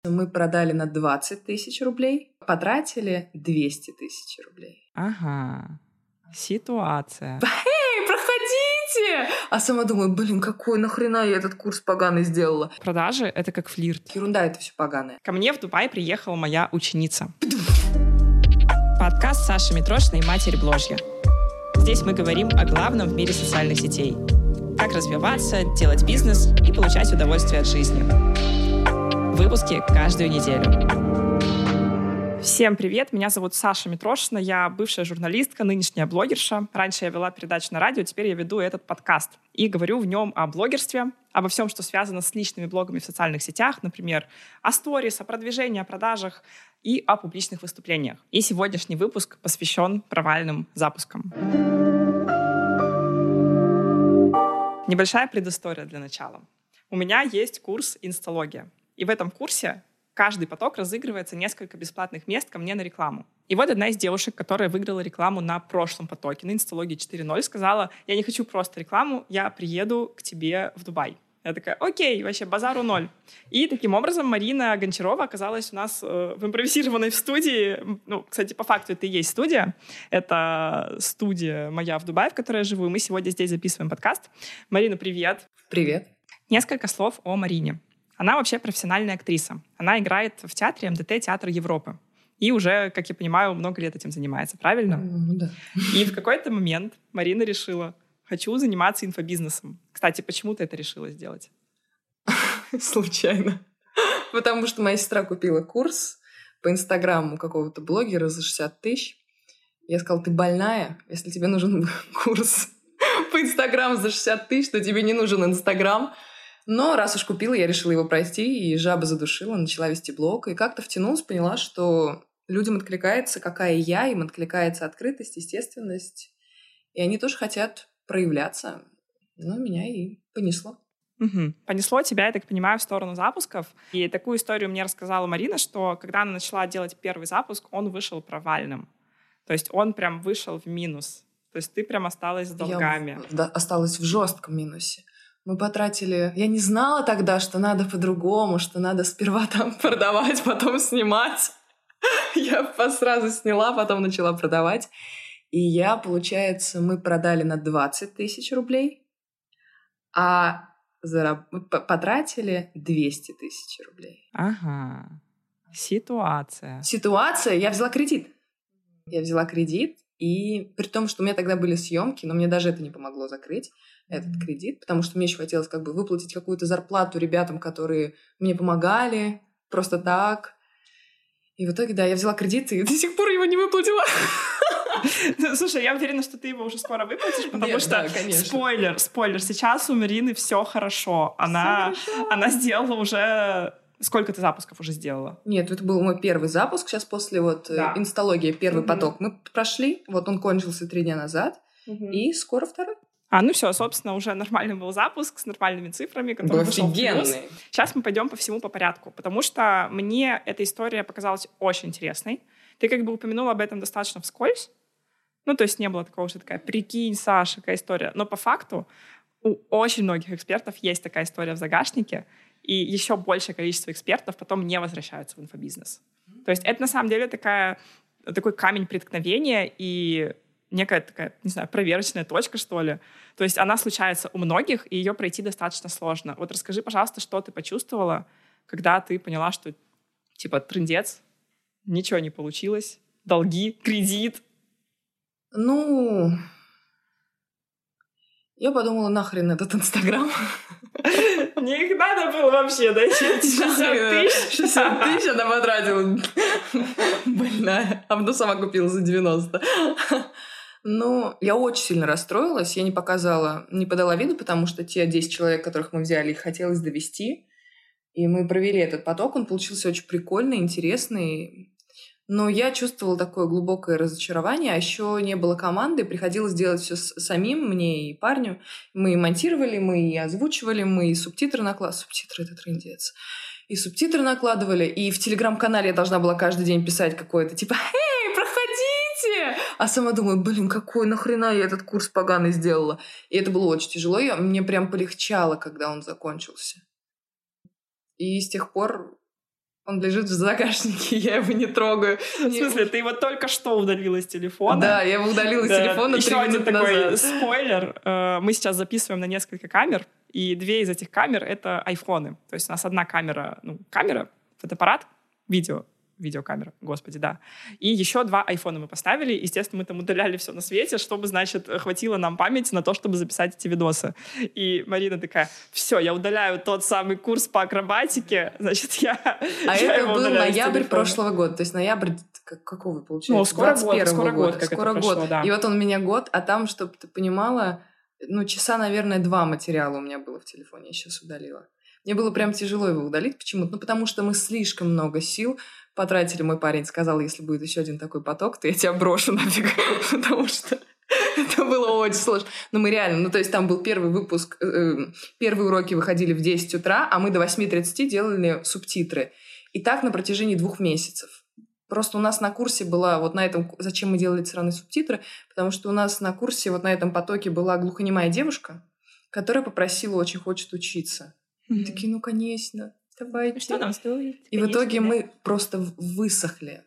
Мы продали на 20 тысяч рублей, потратили 200 тысяч рублей. Ага, ситуация. Эй, проходите! А сама думаю, какой нахрена я этот курс поганый сделала? Продажи — это как флирт. Ерунда, это все поганое. Ко мне в Дубай приехала моя ученица. Подкаст Саши Митрошиной «Матерь Бложья». Здесь мы говорим о главном в мире социальных сетей. Как развиваться, делать бизнес и получать удовольствие от жизни. Выпуски каждую неделю. Всем привет, меня зовут Саша Митрошина, я бывшая журналистка, нынешняя блогерша. Раньше я вела передачу на радио, теперь я веду этот подкаст. И говорю в нем о блогерстве, обо всем, что связано с личными блогами в социальных сетях, например, о сторис, о продвижении, о продажах и о публичных выступлениях. И сегодняшний выпуск посвящен провальным запускам. Небольшая предыстория для начала. У меня есть курс «Инсталогия». И в этом курсе каждый поток разыгрывается несколько бесплатных мест ко мне на рекламу. И вот одна из девушек, которая выиграла рекламу на прошлом потоке, на Инсталогии 4.0, сказала: я не хочу просто рекламу, я приеду к тебе в Дубай. Я такая: окей, вообще базару ноль. И таким образом Марина Гончарова оказалась у нас в импровизированной студии. Ну, кстати, по факту это и есть студия. Это студия моя в Дубае, в которой я живу. И мы сегодня здесь записываем подкаст. Марина, привет. Привет. Несколько слов о Марине. Она вообще профессиональная актриса. Она играет в театре МДТ «Театр Европы». И уже, как я понимаю, много лет этим занимается, правильно? Да. И в какой-то момент Марина решила: хочу заниматься инфобизнесом. Кстати, почему ты это решила сделать? Случайно. Потому что моя сестра купила курс по Инстаграму какого-то блогера за 60 тысяч. Я сказала: ты больная? Если тебе нужен курс по Инстаграму за 60 тысяч, то тебе не нужен Инстаграм. Но раз уж купила, я решила его пройти, и жаба задушила, начала вести блог. И как-то втянулась, поняла, что людям откликается, какая я, им откликается открытость, естественность. И они тоже хотят проявляться. Ну, меня и понесло. Угу. Понесло тебя, я так понимаю, в сторону запусков. И такую историю мне рассказала Марина, что когда она начала делать первый запуск, он вышел провальным. То есть он прям вышел в минус. То есть ты прям осталась с долгами. Я осталась в жестком минусе. Мы потратили... Я не знала тогда, что надо по-другому, что надо сперва там продавать, потом снимать. Я сразу сняла, потом начала продавать. И получается, мы продали на 20 тысяч рублей, а потратили 200 тысяч рублей. Ага. Ситуация. Я взяла кредит. И при том, что у меня тогда были съемки, но мне даже это не помогло закрыть, этот кредит, потому что мне еще хотелось выплатить какую-то зарплату ребятам, которые мне помогали просто так. И в итоге, да, я взяла кредит и до сих пор его не выплатила. Слушай, я уверена, что ты его уже скоро выплатишь, потому что, спойлер, сейчас у Марины все хорошо. Она сделала уже... Сколько ты запусков уже сделала? Нет, это был мой первый запуск. Сейчас после Инсталогия, первый поток мы прошли. Вот он кончился 3 дня назад. И скоро второй. Ну все, собственно, уже нормальный был запуск с нормальными цифрами, который вышел в плюс. Сейчас мы пойдем по всему по порядку, потому что мне эта история показалась очень интересной. Ты упомянула об этом достаточно вскользь. То есть не было такого, что такая: прикинь, Саша, какая история. Но по факту у очень многих экспертов есть такая история в загашнике, и еще большее количество экспертов потом не возвращаются в инфобизнес. То есть это на самом деле такой камень преткновения и некая такая, не знаю, проверочная точка, что ли. То есть она случается у многих, и ее пройти достаточно сложно. Вот расскажи, пожалуйста, что ты почувствовала, когда ты поняла, что трындец, ничего не получилось, долги, кредит. Я подумала: нахрен этот Инстаграм. Не их надо было вообще, да? 60 тысяч. 60 тысяч она потратила. Больная. А потом сама купила за 90. Я очень сильно расстроилась. Я не подала виду, потому что те 10 человек, которых мы взяли, их хотелось довести. И мы провели этот поток. Он получился очень прикольный, интересный. Но я чувствовала такое глубокое разочарование, а еще не было команды, приходилось делать все самим, мне и парню. Мы и монтировали, мы и озвучивали, мы и субтитры накладывали. Субтитры — это трындец. И субтитры накладывали, и в Телеграм-канале я должна была каждый день писать какое-то «Эй, проходите!» А сама думаю: какой нахрена я этот курс поганый сделала. И это было очень тяжело, мне прям полегчало, когда он закончился. И с тех пор Он лежит в загашнике, я его не трогаю. В смысле, ты его только что удалила из телефона? Да, я его удалила из телефона 3 минуты назад. Еще один такой спойлер. Мы сейчас записываем на несколько камер, и 2 из этих камер — это айфоны. То есть у нас одна камера, фотоаппарат, видеокамера, господи, да. И еще 2 айфона мы поставили. Естественно, мы там удаляли все на свете, чтобы, значит, хватило нам памяти на то, чтобы записать эти видосы. И Марина такая: все, я удаляю тот самый курс по акробатике, значит, это был ноябрь прошлого года. То есть ноябрь какого, получается? Ну, скоро год. Скоро год. Да. И вот он у меня год, а там, чтобы ты понимала, часа, наверное, 2 материала у меня было в телефоне, я сейчас удалила. Мне было прям тяжело его удалить. Почему-то. Потому что мы слишком много сил потратили. Мой парень сказал: если будет еще один такой поток, то я тебя брошу нафиг. Потому что это было очень сложно. Но мы реально... то есть там был первый выпуск. Первые уроки выходили в 10 утра, а мы до 8:30 делали субтитры. И так на протяжении 2 месяцев. Просто у нас на курсе была вот на этом... Зачем мы делали странные субтитры? Потому что у нас на курсе вот на этом потоке была глухонемая девушка, которая попросила, очень хочет учиться. Мы такие: конечно, давайте. Что нам стоит? И в итоге мы просто высохли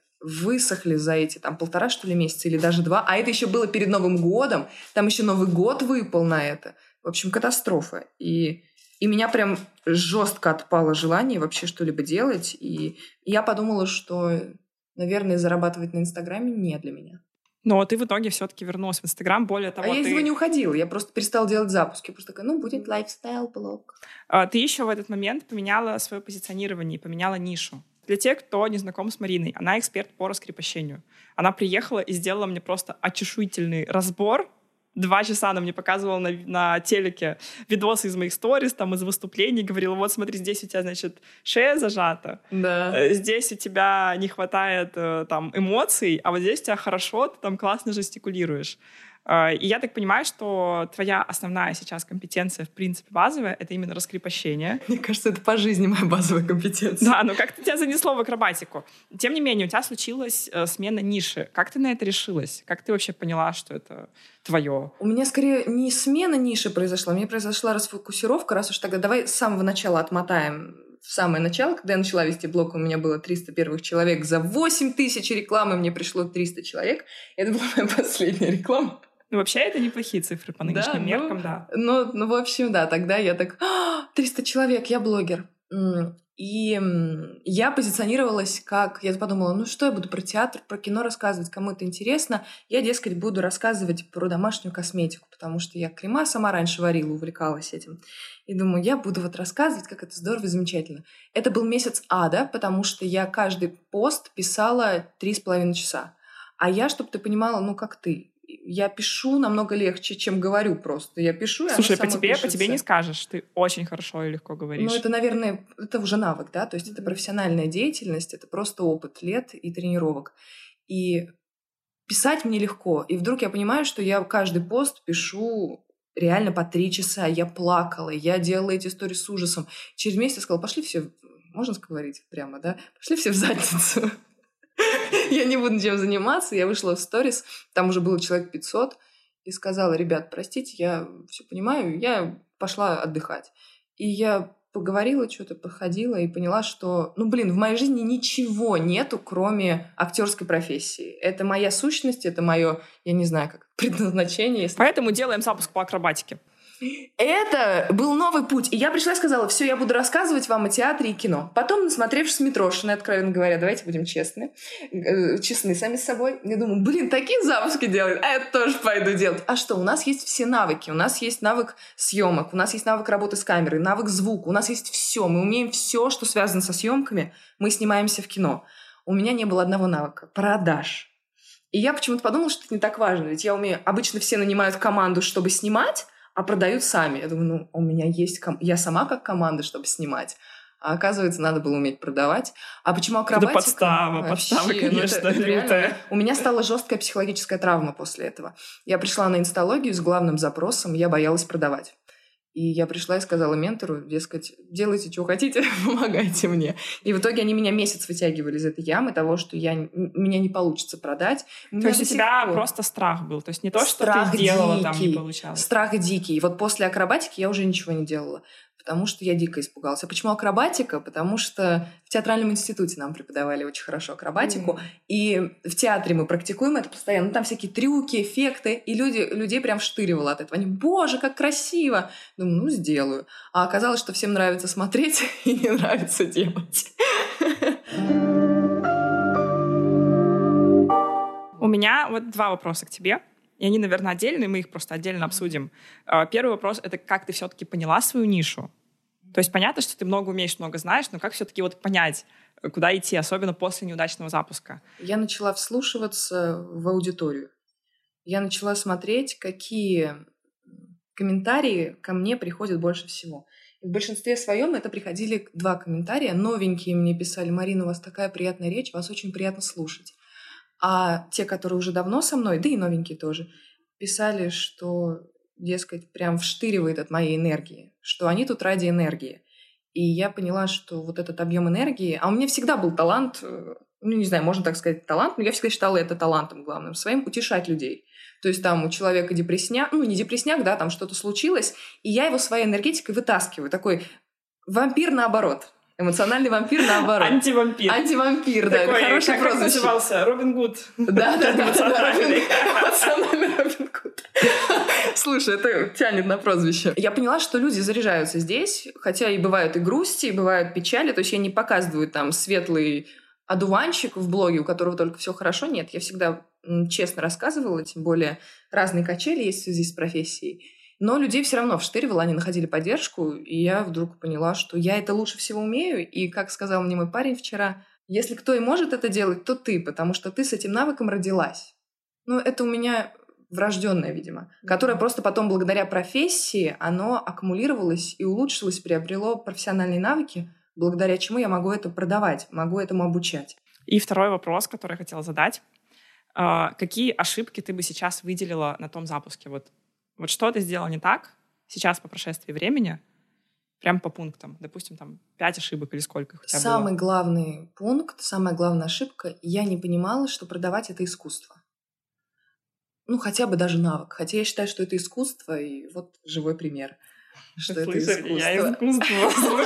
за эти 1,5, что ли, месяца, или даже 2. А это еще было перед Новым годом. Там еще Новый год выпал на это. В общем, катастрофа. И меня прям жестко отпало желание вообще что-либо делать. И я подумала, что, наверное, зарабатывать на Инстаграме не для меня. Но ты в итоге все-таки вернулась в Инстаграм, более того, я из него не уходила, я просто перестала делать запуски. Я просто такая: будет лайфстайл-блог. Ты еще в этот момент поменяла свое позиционирование, поменяла нишу. Для тех, кто не знаком с Мариной, она эксперт по раскрепощению. Она приехала и сделала мне просто очешуительный разбор. 2 часа она мне показывала на телеке видосы из моих сторис, там, из выступлений, говорила: вот смотри, здесь у тебя, значит, шея зажата, да. Здесь у тебя не хватает там эмоций, а вот здесь у тебя хорошо, ты там классно жестикулируешь. И я так понимаю, что твоя основная сейчас компетенция, в принципе, базовая, это именно раскрепощение. Мне кажется, это по жизни моя базовая компетенция. Да, но как-то тебя занесло в акробатику. Тем не менее, у тебя случилась смена ниши. Как ты на это решилась? Как ты вообще поняла, что это твое? У меня скорее не смена ниши произошла, у меня произошла расфокусировка. Раз уж тогда давай с самого начала отмотаем. В самое начало, когда я начала вести блог, у меня было 300 первых человек. За 8 тысяч рекламы мне пришло 300 человек. Это была моя последняя реклама. Вообще это неплохие цифры по нынешним меркам, да. В общем, да, тогда я так: 300 человек, я блогер. И я позиционировалась как... Я подумала: что я буду про театр, про кино рассказывать, кому это интересно. Я, дескать, буду рассказывать про домашнюю косметику, потому что я крема сама раньше варила, увлекалась этим. И думаю, я буду рассказывать, как это здорово и замечательно. Это был месяц ада, потому что я каждый пост писала 3,5 часа. А я, чтобы ты понимала, как ты... Я пишу намного легче, чем говорю просто. Я пишу, и слушай, по тебе не скажешь. Ты очень хорошо и легко говоришь. Это, наверное, это уже навык, да? То есть это профессиональная деятельность, это просто опыт лет и тренировок. И писать мне легко. И вдруг я понимаю, что я каждый пост пишу реально по 3 часа. Я плакала, я делала эти истории с ужасом. Через месяц я сказала: пошли все, можно говорить прямо, да? Пошли все в задницу. Я не буду чем заниматься. Я вышла в сторис, там уже было человек 500, и сказала: ребят, простите, я все понимаю, я пошла отдыхать. И я поговорила, что-то походила и поняла, что, в моей жизни ничего нету, кроме актерской профессии. Это моя сущность, это мое, я не знаю, как предназначение. Поэтому делаем запуск по акробатике. Это был новый путь. И я пришла и сказала: все, я буду рассказывать вам о театре и кино. Потом, насмотревшись Митрошиной, откровенно говоря, давайте будем честны сами с собой, я думаю: такие запуски делают, а я тоже пойду делать. А что, у нас есть все навыки. У нас есть навык съемок, у нас есть навык работы с камерой, навык звука, у нас есть все. Мы умеем все, что связано со съемками. Мы снимаемся в кино. У меня не было одного навыка — продаж. И я почему-то подумала, что это не так важно. Ведь я умею... Обычно все нанимают команду, чтобы снимать, а продают сами. Я думаю, у меня есть... Я сама как команда, чтобы снимать. А оказывается, надо было уметь продавать. А почему акробатика? Это подстава, конечно. Это реально... У меня стала жесткая психологическая травма после этого. Я пришла на инсталогию с главным запросом: я боялась продавать. И я пришла и сказала ментору, дескать, делайте, что хотите, помогайте мне. И в итоге они меня месяц вытягивали из этой ямы того, что меня не получится продать. То есть у тебя просто страх был? То есть не то, что ты делала, там не получалось? Страх дикий. И вот после акробатики я уже ничего не делала. потому что я дико испугалась. А почему акробатика? Потому что в театральном институте нам преподавали очень хорошо акробатику, и в театре мы практикуем это постоянно. Ну, там всякие трюки, эффекты, и людей прям вштыривало от этого. Они, боже, как красиво! Думаю, ну, сделаю. А оказалось, что всем нравится смотреть и не нравится делать. У меня вот 2 вопроса к тебе. И они, наверное, отдельные, мы их просто отдельно обсудим. Первый вопрос — это как ты все-таки поняла свою нишу? То есть понятно, что ты много умеешь, много знаешь, но как все-таки вот понять, куда идти, особенно после неудачного запуска? Я начала вслушиваться в аудиторию. Я начала смотреть, какие комментарии ко мне приходят больше всего. И в большинстве своем это приходили 2 комментария. Новенькие мне писали: «Марина, у вас такая приятная речь, вас очень приятно слушать». А те, которые уже давно со мной, да и новенькие тоже, писали, что, дескать, прям вштыривает от моей энергии, что они тут ради энергии. И я поняла, что вот этот объем энергии... А у меня всегда был талант, ну, не знаю, можно так сказать, талант, но я всегда считала это талантом главным своим — утешать людей. То есть там у человека депрессняк, ну, не депрессняк, да, там что-то случилось, и я его своей энергетикой вытаскиваю. Такой вампир наоборот. Эмоциональный вампир наоборот. Антивампир. Антивампир, да, это хорошее прозвище. Как назывался? Робин Гуд. Да, эмоциональный Робин Гуд. Слушай, это тянет на прозвище. Я поняла, что люди заряжаются здесь, хотя и бывают и грусти, и бывают печали. То есть я не показываю там светлый одуванчик в блоге, у которого только все хорошо. Нет, я всегда честно рассказывала, тем более разные качели есть в связи с профессией. Но людей все равно вштыривало, они находили поддержку, и я вдруг поняла, что я это лучше всего умею. И, как сказал мне мой парень вчера, если кто и может это делать, то ты, потому что ты с этим навыком родилась. Ну, это у меня врожденное, видимо, которое просто потом благодаря профессии оно аккумулировалось и улучшилось, приобрело профессиональные навыки, благодаря чему я могу это продавать, могу этому обучать. И второй вопрос, который я хотела задать. Какие ошибки ты бы сейчас выделила на том запуске? Вот что ты сделал не так сейчас по прошествии времени, прям по пунктам? Допустим, там 5 ошибок или сколько их у тебя Самый было? главный пункт, самая главная ошибка — я не понимала, что продавать — это искусство. Ну, хотя бы даже навык. Хотя я считаю, что это искусство, и вот живой пример, что это искусство. Я искусство.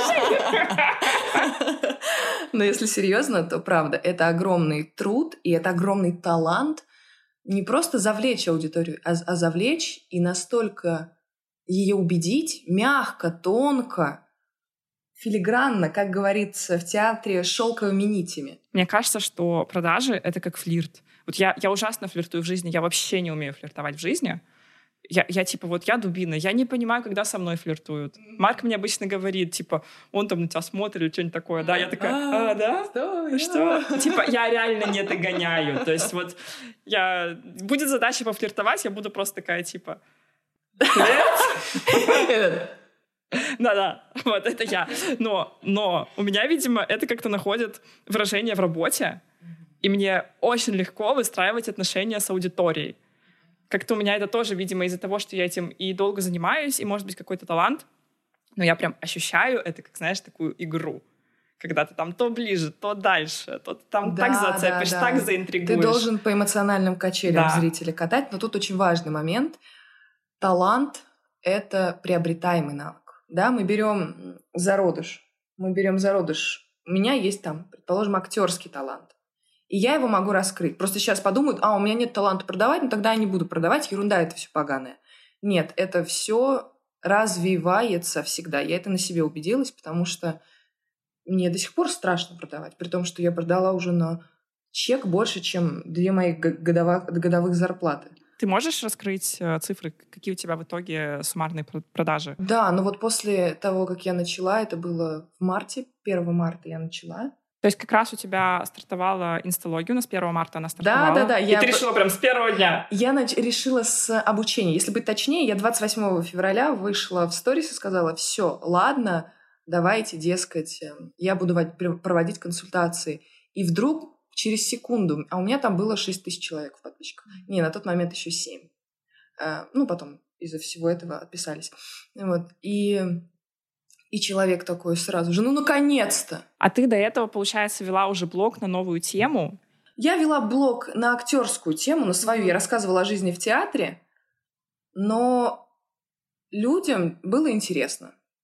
Но если серьезно, то правда, это огромный труд, и это огромный талант не просто завлечь аудиторию, а завлечь и настолько ее убедить мягко, тонко, филигранно, как говорится в театре, шелковыми нитями. Мне кажется, что продажи — это как флирт. Вот я ужасно флиртую в жизни, я вообще не умею флиртовать в жизни. Я типа, вот я дубина, я не понимаю, когда со мной флиртуют. Марк мне обычно говорит, типа, он там на тебя смотрит или что-нибудь такое, да, я такая, да? Что? Типа, я реально не догоняю. То есть вот будет задача пофлиртовать, я буду просто такая, типа, привет. Да-да, вот это я. Но у меня, видимо, это как-то находит выражение в работе, и мне очень легко выстраивать отношения с аудиторией. Как-то у меня это тоже, видимо, из-за того, что я этим и долго занимаюсь, и, может быть, какой-то талант, но я прям ощущаю это, как, знаешь, такую игру. Когда ты там то ближе, то дальше, то ты там так зацепишь, так заинтригуешь. Ты должен по эмоциональным качелям зрителя катать, но тут очень важный момент. Талант — это приобретаемый навык. Да, мы берем зародыш. У меня есть там, предположим, актерский талант. И я его могу раскрыть. Просто сейчас подумают, у меня нет таланта продавать, но тогда я не буду продавать, ерунда, это все поганое. Нет, это все развивается всегда. Я это на себе убедилась, потому что мне до сих пор страшно продавать, при том, что я продала уже на чек больше, чем 2 моих годовых зарплаты. Ты можешь раскрыть цифры, какие у тебя в итоге суммарные продажи? Да, но вот после того, как я начала, это было в марте, 1 марта я начала. То есть как раз у тебя стартовала инсталогия, у нас 1 марта она стартовала. Да. И ты решила прям с первого дня? Я решила с обучения. Если быть точнее, я 28 февраля вышла в сторис и сказала: все, ладно, давайте, дескать, я буду проводить консультации. И вдруг через секунду, а у меня там было 6 тысяч человек в подписчиках. Не, на тот момент еще 7. Потом из-за всего этого отписались. Вот. И человек такой сразу же, наконец-то! А ты до этого, получается, вела уже блог на новую тему? Я вела блог на актерскую тему, на свою. Я рассказывала о жизни в театре, но людям было интересно.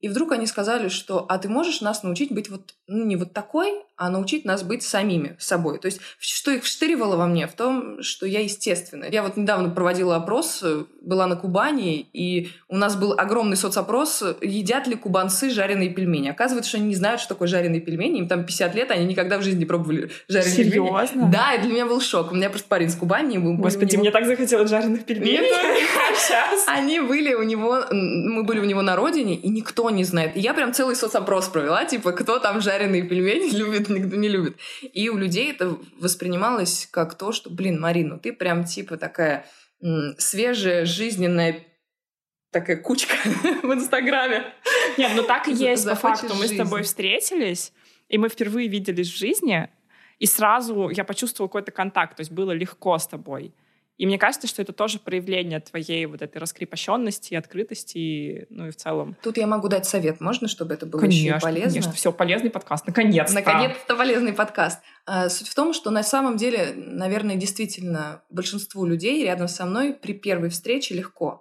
И вдруг они сказали, что «а ты можешь нас научить быть вот, ну, не вот такой, а научить нас быть самими, собой». То есть что их вштыривало во мне? В том, что я естественная. Я вот недавно проводила опрос, была на Кубани, и у нас был огромный соцопрос, едят ли кубанцы жареные пельмени. Оказывается, что они не знают, что такое жареные пельмени. Им там 50 лет, они никогда в жизни не пробовали жареные пельмени. Серьезно? Да, и для меня был шок. У меня просто парень с Кубани. Господи, мне так захотелось жареных пельменей. Сейчас. Они были у него, мы были у него на родине, и никто не знает. И я прям целый соцопрос провела, типа, кто там жареные пельмени любит, никто не любит. И у людей это воспринималось как то, что, блин, Марина, ты прям типа такая свежая, жизненная такая кучка в Инстаграме. Нет, ну так и есть по факту. Мы с тобой встретились, и мы впервые виделись в жизни, и сразу я почувствовала какой-то контакт, то есть было легко с тобой. И мне кажется, что это тоже проявление твоей вот этой раскрепощенности, открытости, ну и в целом. Тут я могу дать совет, можно, чтобы это было еще и полезно? Конечно, все, полезный подкаст, наконец-то. Наконец-то полезный подкаст. Суть в том, что на самом деле, наверное, действительно большинству людей рядом со мной при первой встрече легко.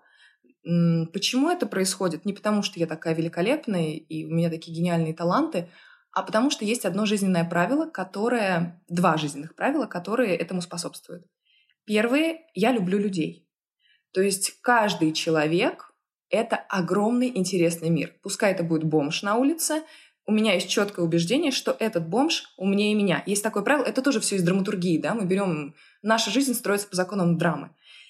Почему это происходит? Не потому, что я такая великолепная и у меня такие гениальные таланты, а потому что есть одно жизненное правило, два жизненных правила, которые этому способствуют. Первое — я люблю людей. То есть каждый человек — это огромный интересный мир. Пускай это будет бомж на улице, у меня есть четкое убеждение, что этот бомж умнее меня. Есть такое правило, это тоже все из драматургии, да, мы берем... Наша жизнь строится по законам драмы.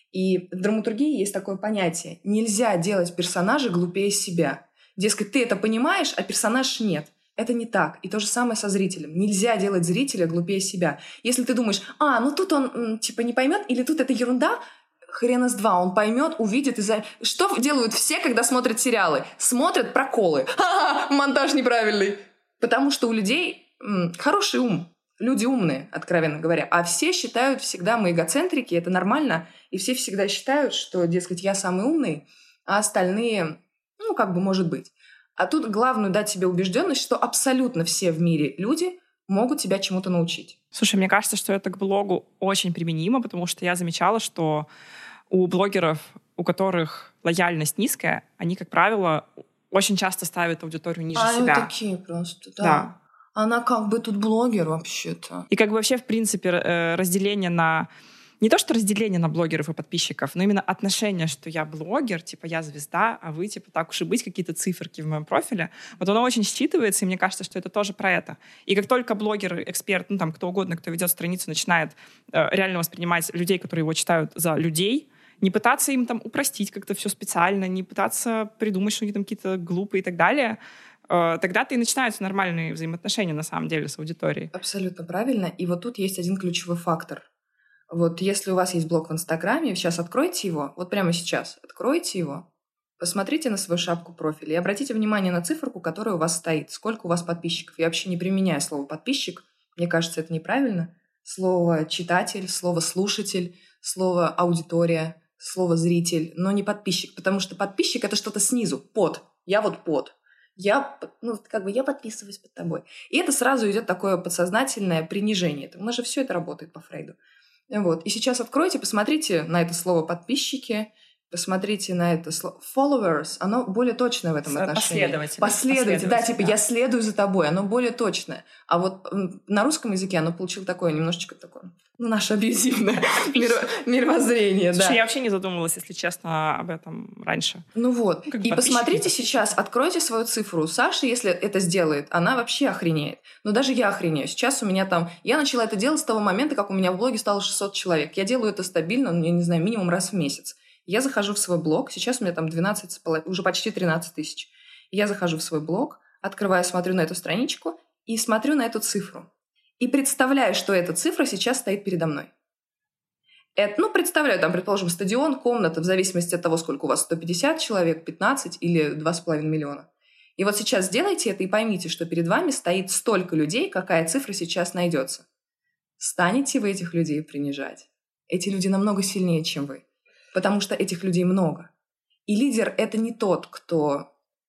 И в драматургии есть такое понятие. Нельзя делать персонажа глупее себя. Дескать, ты это понимаешь, а персонаж нет. Это не так. И то же самое со зрителем. Нельзя делать зрителя глупее себя. Если ты думаешь, ну тут он типа не поймет, или тут это ерунда, хрена с два, он поймет, увидит. Что делают все, когда смотрят сериалы? Смотрят проколы. Ха-ха, монтаж неправильный. Потому что у людей хороший ум. Люди умные, откровенно говоря. А все считают всегда, мы эгоцентрики, это нормально. И все всегда считают, что, дескать, я самый умный, а остальные, может быть. А тут главное дать себе убежденность, что абсолютно все в мире люди могут тебя чему-то научить. Слушай, мне кажется, что это к блогу очень применимо, потому что я замечала, что у блогеров, у которых лояльность низкая, они, как правило, очень часто ставят аудиторию ниже себя. Они такие просто, да. Она как бы тут блогер вообще-то. И как бы вообще, в принципе, разделение на... Не то, что разделение на блогеров и подписчиков, но именно отношение, что я блогер, типа я звезда, а вы, типа, так уж и быть, какие-то циферки в моем профиле. Вот оно очень считывается, и мне кажется, что это тоже про это. И как только блогер, эксперт, кто угодно, кто ведет страницу, начинает реально воспринимать людей, которые его читают, за людей, не пытаться им там упростить как-то все специально, не пытаться придумать, что они там какие-то глупые и так далее, тогда-то и начинаются нормальные взаимоотношения, на самом деле, с аудиторией. Абсолютно правильно. И вот тут есть один ключевой фактор. Вот если у вас есть блог в Инстаграме, сейчас откройте его, вот прямо сейчас откройте его, посмотрите на свою шапку профиля и обратите внимание на циферку, которая у вас стоит, сколько у вас подписчиков. Я вообще не применяю слово «подписчик», мне кажется, это неправильно. Слово «читатель», слово «слушатель», слово «аудитория», слово «зритель», но не «подписчик», потому что подписчик — это что-то снизу, под. Я вот под. Я подписываюсь под тобой. И это сразу идет такое подсознательное принижение. У нас же все это работает по Фрейду. Вот. И сейчас откройте, посмотрите на это слово «подписчики», посмотрите на это слово «followers», оно более точное в этом отношении. Последователь, да, типа «я следую за тобой», оно более точное. А вот на русском языке оно получило такое, немножечко такое, наше абьюзивное мировоззрение. Слушай, я вообще не задумывалась, если честно, об этом раньше. И посмотрите сейчас, откройте свою цифру. Саша, если это сделает, она вообще охренеет. Но даже я охренею. Сейчас у меня там... Я начала это делать с того момента, как у меня в блоге стало 600 человек. Я делаю это стабильно, я не знаю, минимум раз в месяц. Я захожу в свой блог, сейчас у меня там 12,5, уже почти 13 тысяч. Я захожу в свой блог, открываю, смотрю на эту страничку и смотрю на эту цифру. И представляю, что эта цифра сейчас стоит передо мной. Представляю, там, предположим, стадион, комната, в зависимости от того, сколько у вас, 150 человек, 15 или 2,5 миллиона. И вот сейчас сделайте это и поймите, что перед вами стоит столько людей, какая цифра сейчас найдется. Станете вы этих людей принижать? Эти люди намного сильнее, чем вы. Потому что этих людей много. И лидер — это не тот, кто...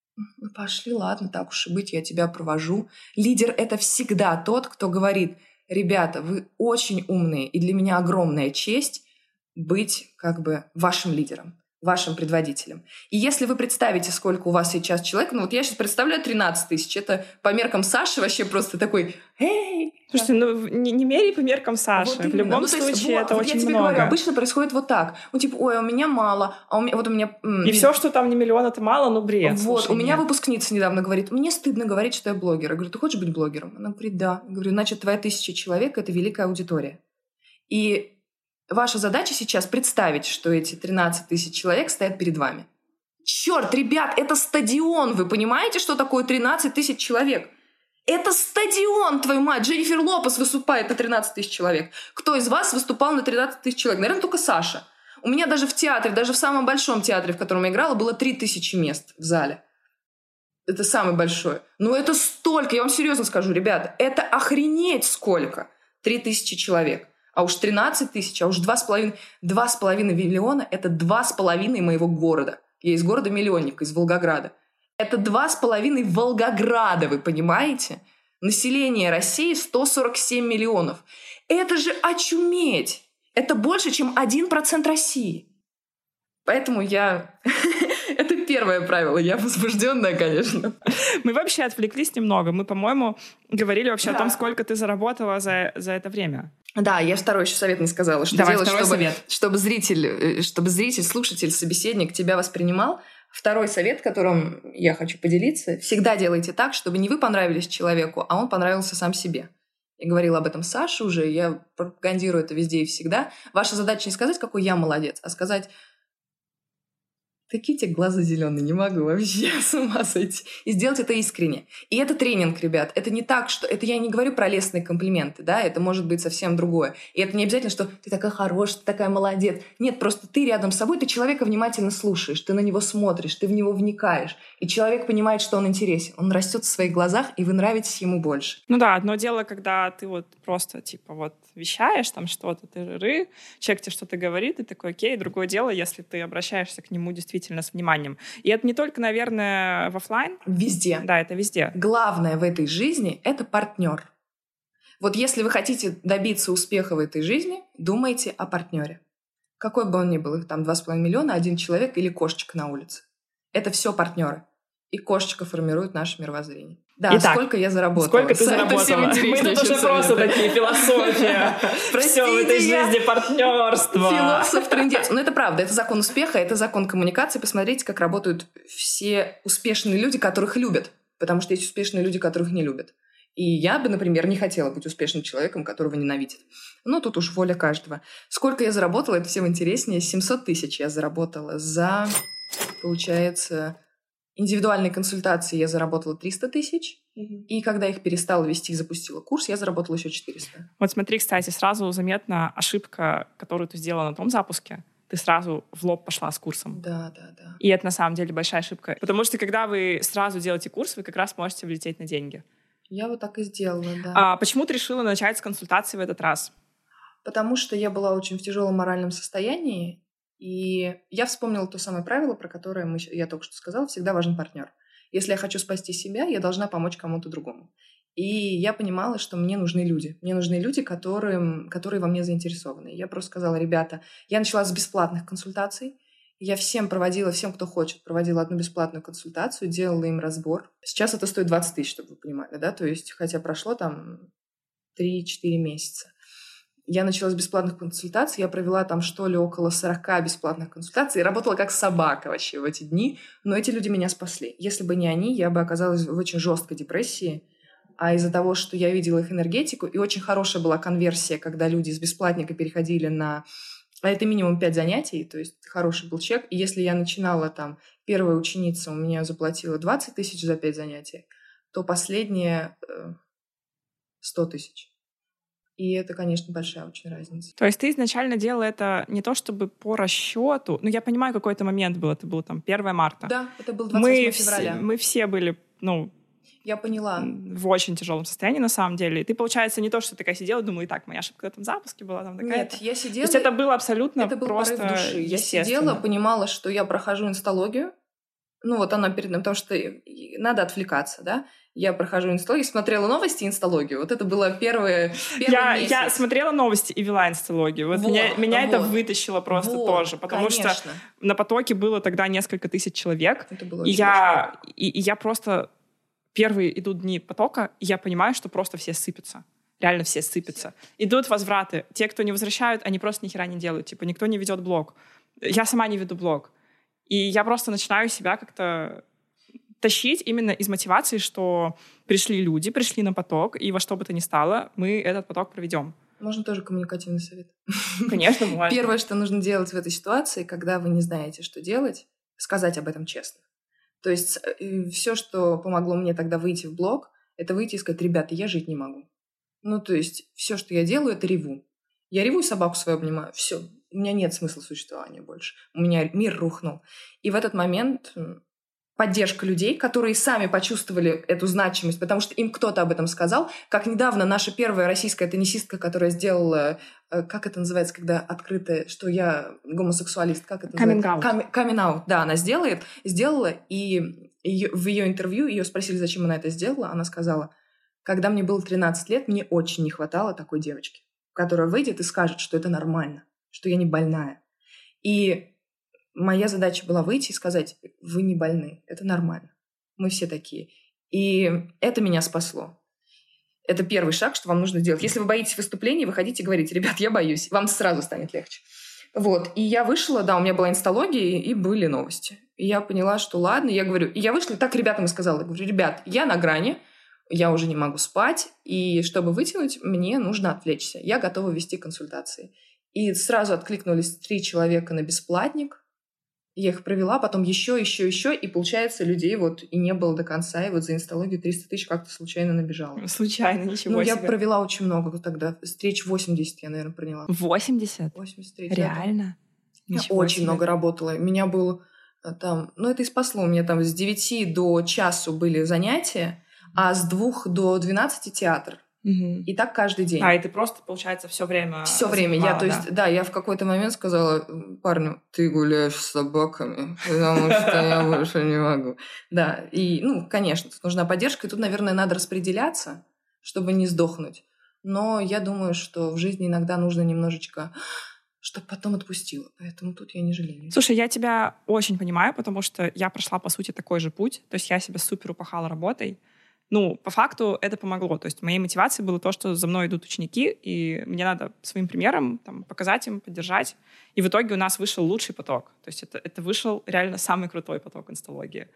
пошли, ладно, так уж и быть, я тебя провожу. Лидер — это всегда тот, кто говорит: ребята, вы очень умные, и для меня огромная честь быть вашим лидером. вашим предводителем. И если вы представите, сколько у вас сейчас человек, ну вот я сейчас представляю 13 тысяч, это по меркам Саши вообще просто такой «Эй!». Слушайте, ну не меряй по меркам Саши. Вот в любом случае это очень много. Я тебе говорю, обычно происходит вот так. Ну типа, ой, у меня мало, а у меня... И все, что там не миллион, это мало, ну бред. Вот, слушай, у меня выпускница недавно говорит, мне стыдно говорить, что я блогер. Я говорю, ты хочешь быть блогером? Она говорит, да. Я говорю, значит, твоя 1000 человек — это великая аудитория. И ваша задача сейчас представить, что эти 13 тысяч человек стоят перед вами. Черт, ребят, это стадион! Вы понимаете, что такое 13 тысяч человек? Это стадион, твою мать! Дженнифер Лопес выступает на 13 тысяч человек. Кто из вас выступал на 13 тысяч человек? Наверное, только Саша. У меня даже в театре, даже в самом большом театре, в котором я играла, было 3000 мест в зале. Это самое большое. Но это столько, я вам серьезно скажу, ребята, это охренеть сколько! 3000 человек. А уж 13 тысяч, а уж 2,5 миллиона — это 2,5 моего города. Я из города-миллионника, из Волгограда. Это 2,5 Волгограда, вы понимаете? Население России 147 миллионов. Это же очуметь! Это больше, чем 1% России. Поэтому я... Это первое правило. Я возбужденная, конечно. Мы вообще отвлеклись немного. Мы, по-моему, говорили вообще о том, сколько ты заработала за это время. Да, я второй еще совет не сказала. Что делать, чтобы зритель, слушатель, собеседник тебя воспринимал. Второй совет, которым я хочу поделиться. Всегда делайте так, чтобы не вы понравились человеку, а он понравился сам себе. Я говорила об этом Саше уже, я пропагандирую это везде и всегда. Ваша задача не сказать, какой я молодец, а сказать... Какие у тебя глаза зеленые, не могу вообще с ума сойти. И сделать это искренне. И это тренинг, ребят. Это не так, что... Это я не говорю про лестные комплименты, да, это может быть совсем другое. И это не обязательно, что ты такая хорошая, ты такая молодец. Нет, просто ты рядом с собой, ты человека внимательно слушаешь, ты на него смотришь, ты в него вникаешь. И человек понимает, что он интересен. Он растет в своих глазах, и вы нравитесь ему больше. Ну да, одно дело, когда ты вот просто типа вот вещаешь там что-то, человек тебе что-то говорит, и такой, окей. Другое дело, если ты обращаешься к нему действительно с вниманием. И это не только, наверное, в офлайн. Везде. Да, это везде. Главное в этой жизни — это партнер. Вот если вы хотите добиться успеха в этой жизни, думайте о партнере. Какой бы он ни был, их там 2,5 миллиона, один человек или кошечка на улице. Это все партнеры. И кошечка формирует наше мировоззрение. Да, итак, сколько я заработала. Сколько ты заработала? Мы тут уже просто такие философия. Все в этой жизни партнерство. Философ-трындец. Но это правда, это закон успеха, это закон коммуникации. Посмотрите, как работают все успешные люди, которых любят. Потому что есть успешные люди, которых не любят. И я бы, например, не хотела быть успешным человеком, которого ненавидят. Но тут уж воля каждого. Сколько я заработала, это всем интереснее. 700 тысяч я заработала за, получается... Индивидуальные консультации я заработала 300 тысяч, и когда их перестала вести и запустила курс, я заработала еще 400. Вот смотри, кстати, сразу заметна ошибка, которую ты сделала на том запуске. Ты сразу в лоб пошла с курсом. Да. И это на самом деле большая ошибка. Потому что когда вы сразу делаете курс, вы как раз можете влететь на деньги. Я вот так и сделала, да. А почему ты решила начать с консультации в этот раз? Потому что я была очень в тяжелом моральном состоянии, и я вспомнила то самое правило, про которое я только что сказала, всегда важен партнер. Если я хочу спасти себя, я должна помочь кому-то другому. И я понимала, что мне нужны люди. Мне нужны люди, которые во мне заинтересованы. Я просто сказала, ребята, я начала с бесплатных консультаций. Я всем, кто хочет, проводила одну бесплатную консультацию, делала им разбор. Сейчас это стоит 20 тысяч, чтобы вы понимали, да? То есть, хотя прошло там 3-4 месяца. Я начала с бесплатных консультаций, я провела там, около 40 бесплатных консультаций, и работала как собака вообще в эти дни, но эти люди меня спасли. Если бы не они, я бы оказалась в очень жесткой депрессии, а из-за того, что я видела их энергетику, и очень хорошая была конверсия, когда люди из бесплатника переходили на... А это минимум 5 занятий, то есть хороший был чек, и если я начинала там, первая ученица у меня заплатила 20 тысяч за 5 занятий, то последняя 100 тысяч. И это, конечно, большая очень разница. То есть ты изначально делала это не то чтобы по расчету, но я понимаю, какой-то момент был, это было там 1 марта. Да, это был 28 февраля. Мы все были, я поняла. В очень тяжелом состоянии, на самом деле. И ты, получается, не то, что такая сидела, думала, так, моя ошибка в этом запуске была там такая-то. Нет, я сидела... То есть это было абсолютно это был просто порыв души. Я естественно. сидела, понимала, что я прохожу инсталогию. ну вот она перед нами, потому что надо отвлекаться, да. Я прохожу инсталогию, смотрела новости и инсталогию. Вот это было первый месяц. Я смотрела новости и вела инсталогию. Вот меня это вытащило просто тоже, потому что на потоке было тогда несколько тысяч человек. Это было и я просто... Первые идут дни потока, и я понимаю, что просто все сыпятся. Реально все сыпятся. Идут возвраты. Те, кто не возвращают, они просто ни хера не делают. Типа никто не ведет блог. Я сама не веду блог. И я просто начинаю себя как-то тащить именно из мотивации, что пришли люди, пришли на поток, и во что бы то ни стало, мы этот поток проведем. Можно тоже коммуникативный совет? Конечно, бывает. Первое, что нужно делать в этой ситуации, когда вы не знаете, что делать, сказать об этом честно. То есть все, что помогло мне тогда выйти в блог, это выйти и сказать: ребята, я жить не могу. Ну, то есть все, что я делаю, это реву. Я реву и собаку свою обнимаю. Все, у меня нет смысла существования больше. У меня мир рухнул. И в этот момент поддержка людей, которые сами почувствовали эту значимость, потому что им кто-то об этом сказал. Как недавно наша первая российская теннисистка, которая сделала, как это называется, когда открытое, что я гомосексуалист, как это называется? Камин-аут. Да, она сделала, и в ее интервью ее спросили, зачем она это сделала. Она сказала: когда мне было 13 лет, мне очень не хватало такой девочки, которая выйдет и скажет, что это нормально, что я не больная. И моя задача была выйти и сказать: вы не больны, это нормально, мы все такие. И это меня спасло. Это первый шаг, что вам нужно сделать. Если вы боитесь выступлений, выходите и говорите: ребят, я боюсь, вам сразу станет легче. Вот, и я вышла, да, у меня была инсталогия, и были новости. И я поняла, что ладно, я говорю, и я вышла, и так ребятам и сказала: я говорю: ребят, я на грани, я уже не могу спать, и чтобы вытянуть, мне нужно отвлечься. Я готова вести консультации. И сразу откликнулись 3 человека на бесплатник. Я их провела, потом еще, и, получается, людей вот и не было до конца, и вот за инсталогию 300 тысяч как-то случайно набежало. Случайно, ничего себе. Ну, я провела очень много тогда. Встреч 80 я, наверное, приняла. 80? 80 встреч. Реально? Я очень много работала. Меня было там... Ну, это и спасло. У меня там с 9 до часу были занятия, а с 2 до 12 театр. Угу. И так каждый день. И ты просто, получается, все время... Все время. Я, то есть, да, я в какой-то момент сказала парню: ты гуляешь с собаками, потому что я больше не могу. Да, и, ну, конечно, тут нужна поддержка, и тут, наверное, надо распределяться, чтобы не сдохнуть. Но я думаю, что в жизни иногда нужно немножечко, чтобы потом отпустила. Поэтому тут я не жалею. Слушай, я тебя очень понимаю, потому что я прошла, по сути, такой же путь. То есть я себя супер упахала работой. Ну, по факту это помогло. То есть моей мотивацией было то, что за мной идут ученики, и мне надо своим примером там, показать им, поддержать. И в итоге у нас вышел лучший поток. То есть это вышел реально самый крутой поток инсталогии.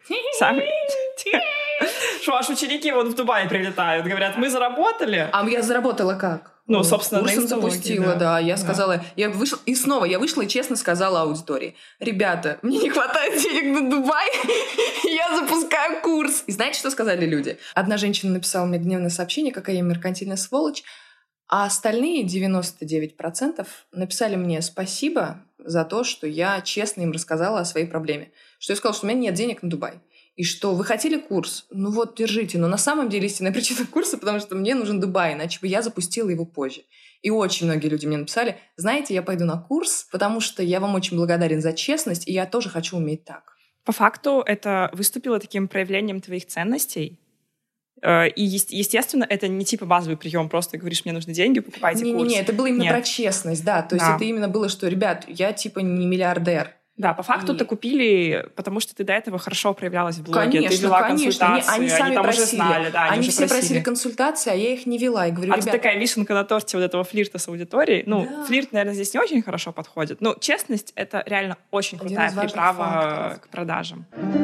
Что, аж ученики вот в Дубае прилетают, говорят: мы заработали. А я заработала как? Ну, собственно, курсом запустила, да. Я сказала, я вышла и честно сказала аудитории: ребята, мне не хватает денег на Дубай, я запускаю курс. И знаете, что сказали люди? Одна женщина написала мне гневное сообщение, какая я меркантильная сволочь, а остальные 99% написали мне спасибо за то, что я честно им рассказала о своей проблеме. Что я сказала, что у меня нет денег на Дубай. И что вы хотели курс? Ну вот, держите. Но на самом деле истинная причина курса, потому что мне нужен Дубай, иначе бы я запустила его позже. И очень многие люди мне написали: знаете, я пойду на курс, потому что я вам очень благодарен за честность, и я тоже хочу уметь так. По факту это выступило таким проявлением твоих ценностей. И, естественно, это не типа базовый прием, просто говоришь: мне нужны деньги, покупайте курс. Не-не-не, это было именно про честность, да. То есть это именно было, что, ребят, я типа не миллиардер. Да, по факту-то купили, потому что ты до этого хорошо проявлялась в блоге. Конечно, ты вела конечно. консультации, они сами там просили. Уже знали, да, они все просили консультации, а я их не вела. И говорю: ребят... тут такая вишенка на торте вот этого флирта с аудиторией. Ну, да. Флирт, наверное, здесь не очень хорошо подходит. Но честность — это реально очень крутая приправа к продажам.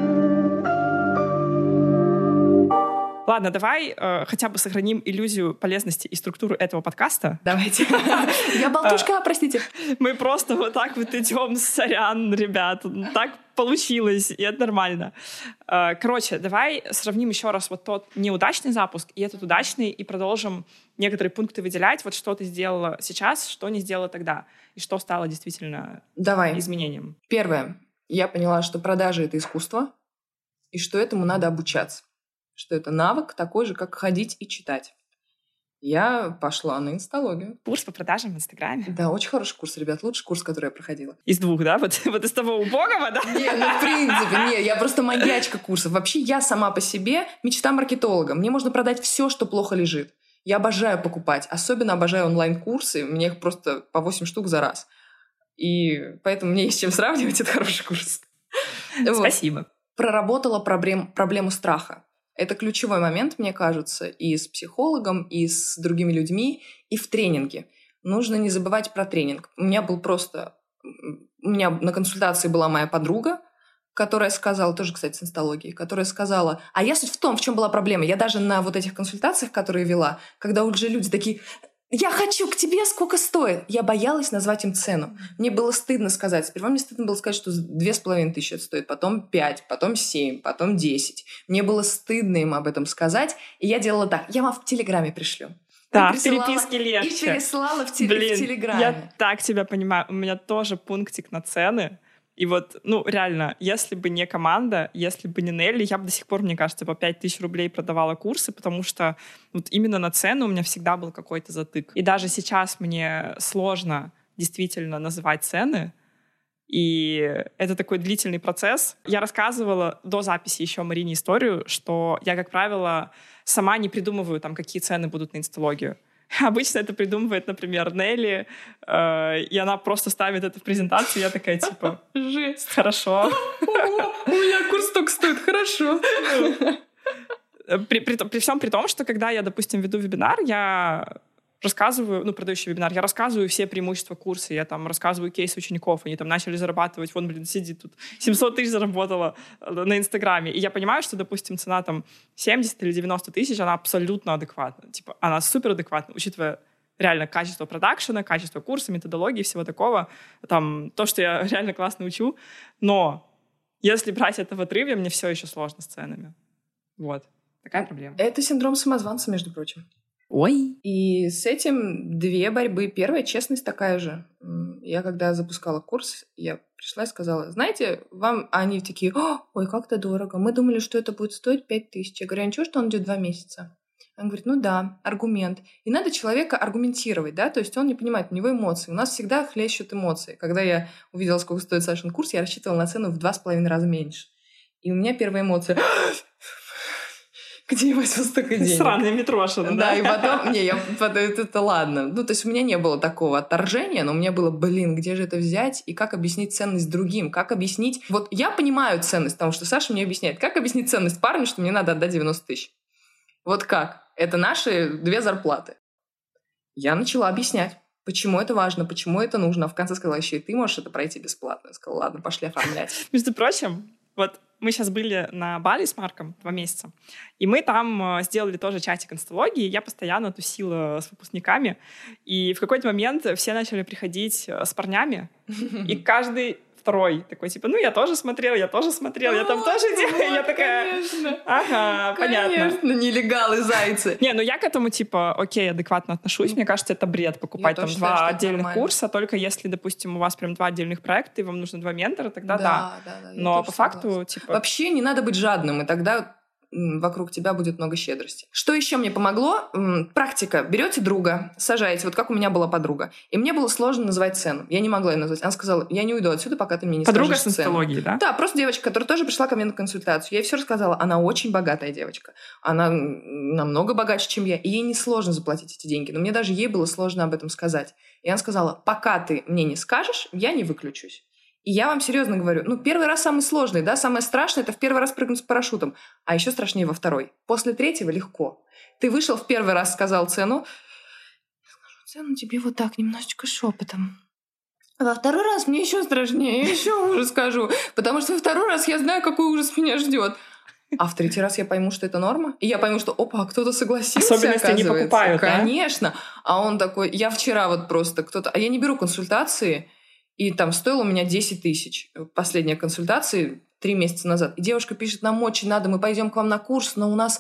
Ладно, давай хотя бы сохраним иллюзию полезности и структуру этого подкаста. Давайте. Я болтушка, простите. Мы просто вот так вот идем, сорян, ребят. Так получилось, и это нормально. Короче, давай сравним еще раз вот тот неудачный запуск и этот удачный, и продолжим некоторые пункты выделять. Вот что ты сделала сейчас, что не сделала тогда, и что стало действительно изменением. Первое. Я поняла, что продажи — это искусство, и что этому надо обучаться. Что это навык такой же, как ходить и читать. Я пошла на инсталогию. Курс по продажам в Инстаграме? Да, очень хороший курс, ребят. Лучший курс, который я проходила. Из 2, да? Вот из того убогого, да? Не, в принципе, не. Я просто маньячка курсов. Вообще, я сама по себе мечта маркетолога. Мне можно продать все, что плохо лежит. Я обожаю покупать. Особенно обожаю онлайн-курсы. Мне их просто по 8 штук за раз. И поэтому мне есть чем сравнивать. Это хороший курс. Спасибо. Проработала проблему страха. Это ключевой момент, мне кажется, и с психологом, и с другими людьми, и в тренинге. Нужно не забывать про тренинг. У меня на консультации была моя подруга, которая сказала, тоже, кстати, с инсталогией, которая сказала, а я суть в том, в чем была проблема. Я даже на вот этих консультациях, которые вела, когда уже люди такие... Я хочу к тебе, сколько стоит. Я боялась назвать им цену. Мне было стыдно сказать. Сперва мне стыдно было сказать, что 2500 это стоит, потом 5, потом 7, потом 10. Мне было стыдно им об этом сказать. И я делала так. Я вам в Телеграме пришлю. Да, в переписке легче. И переслала в Телеграме. Я так тебя понимаю. У меня тоже пунктик на цены. И вот, реально, если бы не команда, если бы не Нелли, я бы до сих пор, мне кажется, по 5000 рублей продавала курсы, потому что вот именно на цену у меня всегда был какой-то затык. И даже сейчас мне сложно действительно называть цены, и это такой длительный процесс. Я рассказывала до записи еще Марине историю, что я, как правило, сама не придумываю, какие цены будут на инсталогию. Обычно это придумывает, например, Нелли, и она просто ставит это в презентацию, я такая, типа, жесть, хорошо. У меня курс только стоит, хорошо. При всем при том, что когда я, допустим, веду вебинар, я рассказываю, продающий вебинар, я рассказываю все преимущества курса, я там рассказываю кейсы учеников, они там начали зарабатывать, сидит тут, 700 тысяч заработала на Инстаграме, и я понимаю, что, допустим, цена там 70 или 90 тысяч, она абсолютно адекватна, типа, она супер адекватна, учитывая реально качество продакшена, качество курса, методологии, всего такого, там, то, что я реально классно учу, но если брать это в отрыве, мне все еще сложно с ценами. Вот. Такая проблема. Это синдром самозванца, между прочим. Ой. И с этим 2 борьбы. Первая — честность такая же. Я когда запускала курс, я пришла и сказала, знаете, вам... А они такие, ой, как-то дорого. Мы думали, что это будет стоить 5000. Я говорю, а ничего, что он идет 2 месяца? Он говорит, да, аргумент. И надо человека аргументировать, да, то есть он не понимает, у него эмоции. У нас всегда хлещут эмоции. Когда я увидела, сколько стоит Сашин курс, я рассчитывала на цену в 2,5 раза меньше. И у меня первая эмоция... Где я возьму столько денег? Сраная Митрошина, да? Да, и потом... это ладно. То есть у меня не было такого отторжения, но у меня было, где же это взять и как объяснить ценность другим? Как объяснить... Вот я понимаю ценность, потому что Саша мне объясняет. Как объяснить ценность парню, что мне надо отдать 90 тысяч? Вот как? Это наши 2 зарплаты. Я начала объяснять, почему это важно, почему это нужно. А в конце сказала, еще и ты можешь это пройти бесплатно. Я сказала, ладно, пошли оформлять. Между прочим, вот мы сейчас были на Бали с Марком 2 месяца, и мы там сделали тоже чатик инсталогии, я постоянно тусила с выпускниками, и в какой-то момент все начали приходить с парнями, и каждый второй такой, типа, я тоже смотрел, я там тоже делаю. Я такая, конечно. Ага, понятно. Конечно, нелегалы, зайцы. Не, я к этому, типа, окей, адекватно отношусь. Мне кажется, это бред покупать там 2 отдельных курса, только если, допустим, у вас прям 2 отдельных проекта, и вам нужно 2 ментора, тогда да. Но по факту, типа... Вообще не надо быть жадным, и тогда вокруг тебя будет много щедрости. Что еще мне помогло? Практика. Берете друга, сажаете, вот как у меня была подруга. И мне было сложно называть цену. Я не могла ее назвать. Она сказала, я не уйду отсюда, пока ты мне не скажешь цену. Подруга с инсталогии, да? Да, просто девочка, которая тоже пришла ко мне на консультацию. Я ей все рассказала. Она очень богатая девочка. Она намного богаче, чем я. И ей не сложно заплатить эти деньги. Но мне даже ей было сложно об этом сказать. И она сказала, пока ты мне не скажешь, я не выключусь. И я вам серьезно говорю, первый раз самый сложный, да, самое страшное — это в первый раз прыгнуть с парашютом, а еще страшнее во второй. После 3-го легко. Ты вышел в первый раз, сказал цену, я скажу цену тебе вот так, немножечко шепотом. Во второй раз мне еще страшнее, я еще ужас скажу, потому что во второй раз я знаю, какой ужас меня ждет. А в 3-й раз я пойму, что это норма, и я пойму, что, кто-то согласился, особенно если не покупают, конечно. Да? А он такой, я вчера вот просто а я не беру консультации. И там стоило у меня 10 тысяч. Последняя консультация 3 месяца назад. И девушка пишет, нам очень надо, мы пойдем к вам на курс, но у нас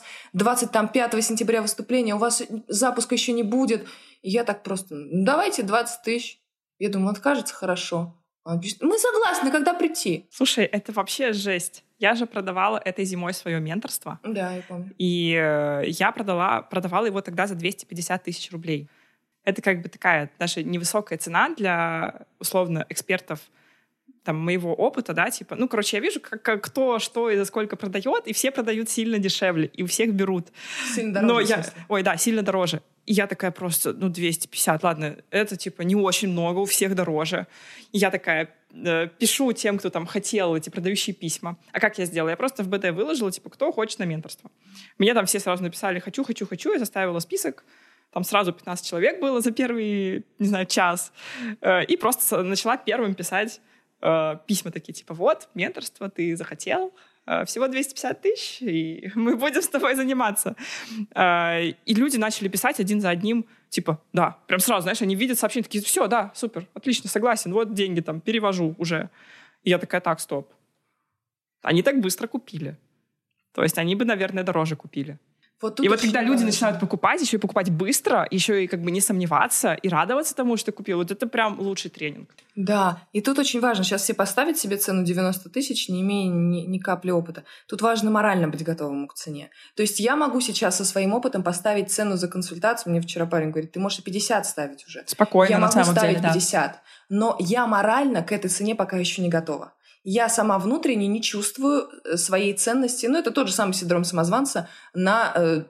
25 сентября выступление, у вас запуска еще не будет. И я так просто, давайте 20 тысяч. Я думаю, откажется, хорошо. Он пишет, мы согласны, когда прийти. Слушай, это вообще жесть. Я же продавала этой зимой свое менторство. Да, я помню. И я продавала его тогда за 250 тысяч рублей. Это как бы такая даже невысокая цена для, условно, экспертов там, моего опыта, да, типа, ну, короче, я вижу, кто, что и за сколько продает, и все продают сильно дешевле, и у всех берут. Сильно дороже, Ой, да, сильно дороже. И я такая просто, 250, ладно, это, типа, не очень много, у всех дороже. И я такая пишу тем, кто там хотел эти продающие письма. А как я сделала? Я просто в БД выложила, типа, кто хочет на менторство. Мне там все сразу написали «хочу», я составила список, там сразу 15 человек было за первый, не знаю, час. И просто начала первым писать письма такие, типа, вот, менторство, ты захотел, всего 250 тысяч, и мы будем с тобой заниматься. И люди начали писать один за одним, типа, да, прям сразу, знаешь, они видят сообщения, такие, все, да, супер, отлично, согласен, вот деньги там, перевожу уже. И я такая, так, стоп. Они так быстро купили. То есть они бы, наверное, дороже купили. И вот когда люди начинают покупать, еще и покупать быстро, еще и как бы не сомневаться и радоваться тому, что купил, вот это прям лучший тренинг. Да, и тут очень важно сейчас все поставить себе цену 90 тысяч, не имея ни капли опыта. Тут важно морально быть готовым к цене. То есть я могу сейчас со своим опытом поставить цену за консультацию. Мне вчера парень говорит, ты можешь и 50 ставить уже. Спокойно, я на могу самом ставить деле, 50, да. Но я морально к этой цене пока еще не готова. Я сама внутренне не чувствую своей ценности. Ну, это тот же самый синдром самозванца на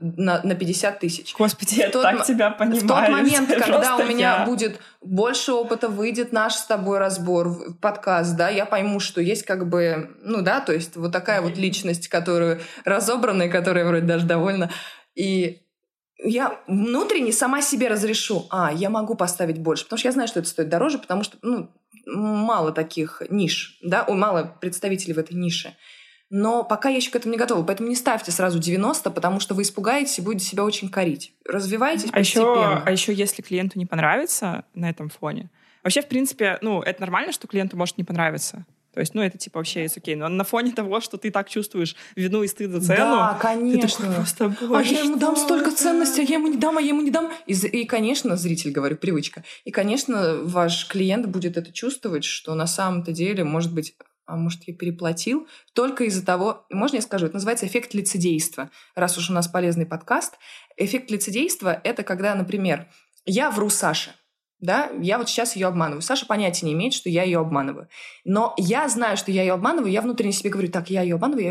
50 тысяч. Господи, я так тебя понимаю. В тот момент, когда у меня будет больше опыта, выйдет наш с тобой разбор, подкаст, да, я пойму, что есть как бы, ну да, то есть вот такая вот личность, которую разобранная, которая вроде даже довольна. И я внутренне сама себе разрешу, я могу поставить больше, потому что я знаю, что это стоит дороже, потому что, мало таких ниш, да, мало представителей в этой нише. Но пока я еще к этому не готова. Поэтому не ставьте сразу 90, потому что вы испугаетесь и будете себя очень корить. Развивайтесь постепенно. А еще если клиенту не понравится на этом фоне... Вообще, в принципе, это нормально, что клиенту может не понравиться. То есть, это типа вообще есть окей. Но на фоне того, что ты так чувствуешь вину и стыд за цену... Да, конечно. Ты такой просто, боже, я ему дам столько ценностей, а я ему не дам, И, конечно, зритель, говорю, привычка. И, конечно, ваш клиент будет это чувствовать, что на самом-то деле, может быть, я переплатил только из-за того... Можно я скажу? Это называется эффект лицедейства. Раз уж у нас полезный подкаст. Эффект лицедейства — это когда, например, я вру Саше. Да, я вот сейчас ее обманываю. Саша понятия не имеет, что я ее обманываю. Но я знаю, что я ее обманываю, я внутренне себе говорю, так, я ее обманываю.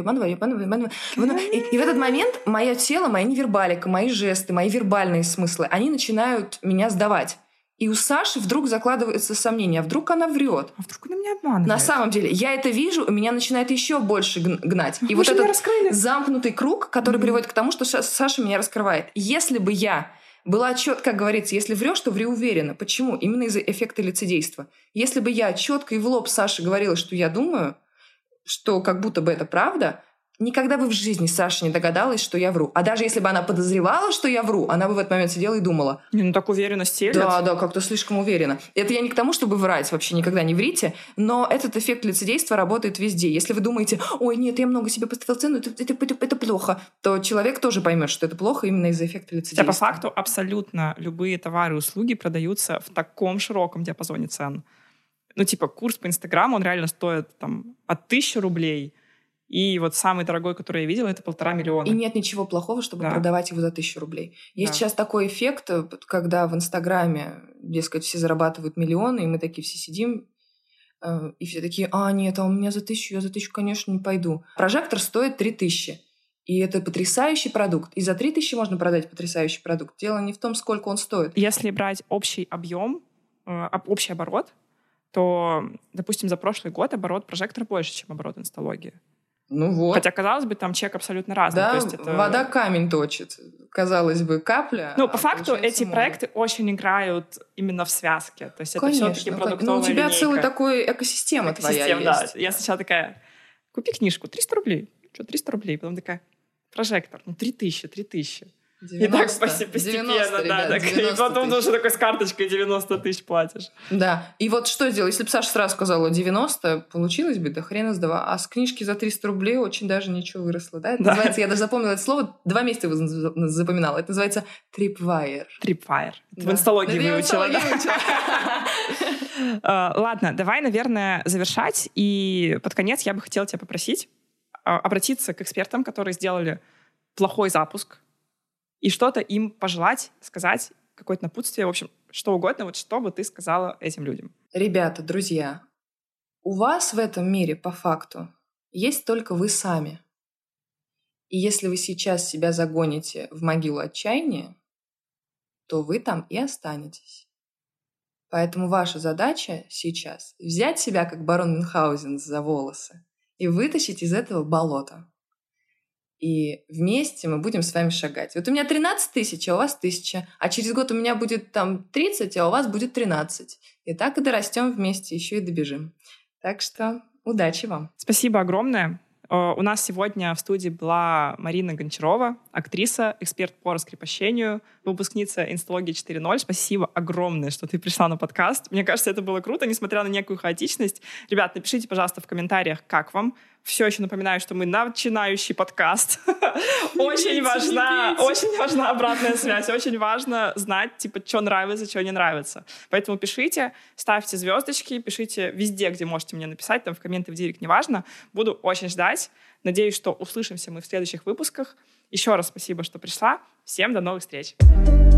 И в этот момент мое тело, моя невербалика, мои жесты, мои вербальные смыслы, они начинают меня сдавать. И у Саши вдруг закладывается сомнение, а вдруг она врет? А вдруг она меня обманывает? На самом деле, я это вижу, меня начинает еще больше гнать. И вот этот замкнутый круг, который приводит к тому, что Саша меня раскрывает. Если бы я была четко, как говорится, если врешь, то ври уверенно. Почему? Именно из-за эффекта лицедейства. Если бы я четко и в лоб Саше говорила, что я думаю, что как будто бы это правда, никогда бы в жизни Саша не догадалась, что я вру. А даже если бы она подозревала, что я вру, она бы в этот момент сидела и думала. Так уверенно стелет. Да, как-то слишком уверенно. Это я не к тому, чтобы врать, вообще никогда не врите, но этот эффект лицедейства работает везде. Если вы думаете, ой, нет, я много себе поставил цену, это плохо, то человек тоже поймет, что это плохо именно из-за эффекта лицедейства. По факту абсолютно любые товары и услуги продаются в таком широком диапазоне цен. Курс по Инстаграму, он реально стоит там от 1000 рублей. И вот самый дорогой, который я видела, это 1,5 миллиона. И нет ничего плохого, чтобы продавать его за 1000 рублей. Есть сейчас такой эффект, когда в Инстаграме, дескать, все зарабатывают миллионы, и мы такие все сидим, и все такие, нет, у меня за 1000, я за 1000, конечно, не пойду. Прожектор стоит 3000. И это потрясающий продукт. И за 3000 можно продать потрясающий продукт. Дело не в том, сколько он стоит. Если брать общий объем, общий оборот, то, допустим, за прошлый год оборот прожектора больше, чем оборот инсталогии. Вот. Хотя, казалось бы, там чек абсолютно разный. Да, то есть это... вода камень точит. Казалось бы, капля. По факту эти проекты очень играют именно в связке. То есть конечно, это все-таки продуктовая линейка. У тебя целая такая экосистема твоя есть. Да. Я сначала такая, купи книжку, 300 рублей. Что, 300 рублей? Потом такая, прожектор, 3000. 90, и так постепенно, 90, ребят, так, 90 и потом тоже такой с карточкой 90 тысяч платишь. Да, и вот что сделать? Если бы Саша сразу сказала 90, получилось бы, да хрена с два. А с книжки за 300 рублей очень даже ничего выросло, да? Это называется, я даже запомнила это слово, 2 месяца его запоминала. Это называется tripwire. Tripwire. Да. В инсталогии выучила, да? Ладно, давай, наверное, завершать. И под конец я бы хотела тебя попросить обратиться к экспертам, которые сделали плохой запуск, и что-то им пожелать, сказать, какое-то напутствие, в общем, что угодно, вот что бы ты сказала этим людям? Ребята, друзья, у вас в этом мире по факту есть только вы сами. И если вы сейчас себя загоните в могилу отчаяния, то вы там и останетесь. Поэтому ваша задача сейчас взять себя, как барон Мюнхгаузен, за волосы и вытащить из этого болота. И вместе мы будем с вами шагать. Вот у меня 13 тысяч, а у вас 1000. А через год у меня будет там 30, а у вас будет 13. И так и дорастем вместе, еще и добежим. Так что удачи вам. Спасибо огромное. У нас сегодня в студии была Марина Гончарова, актриса, эксперт по раскрепощению, выпускница Инстологии 4.0. Спасибо огромное, что ты пришла на подкаст. Мне кажется, это было круто, несмотря на некую хаотичность. Ребят, напишите, пожалуйста, в комментариях, как вам. Все еще напоминаю, что мы начинающий подкаст. Очень важна обратная связь. Очень важно знать, что нравится, что не нравится. Поэтому пишите, ставьте звездочки, пишите везде, где можете мне написать, там в комменты, в директ, неважно. Буду очень ждать. Надеюсь, что услышимся мы в следующих выпусках. Еще раз спасибо, что пришла. Всем до новых встреч.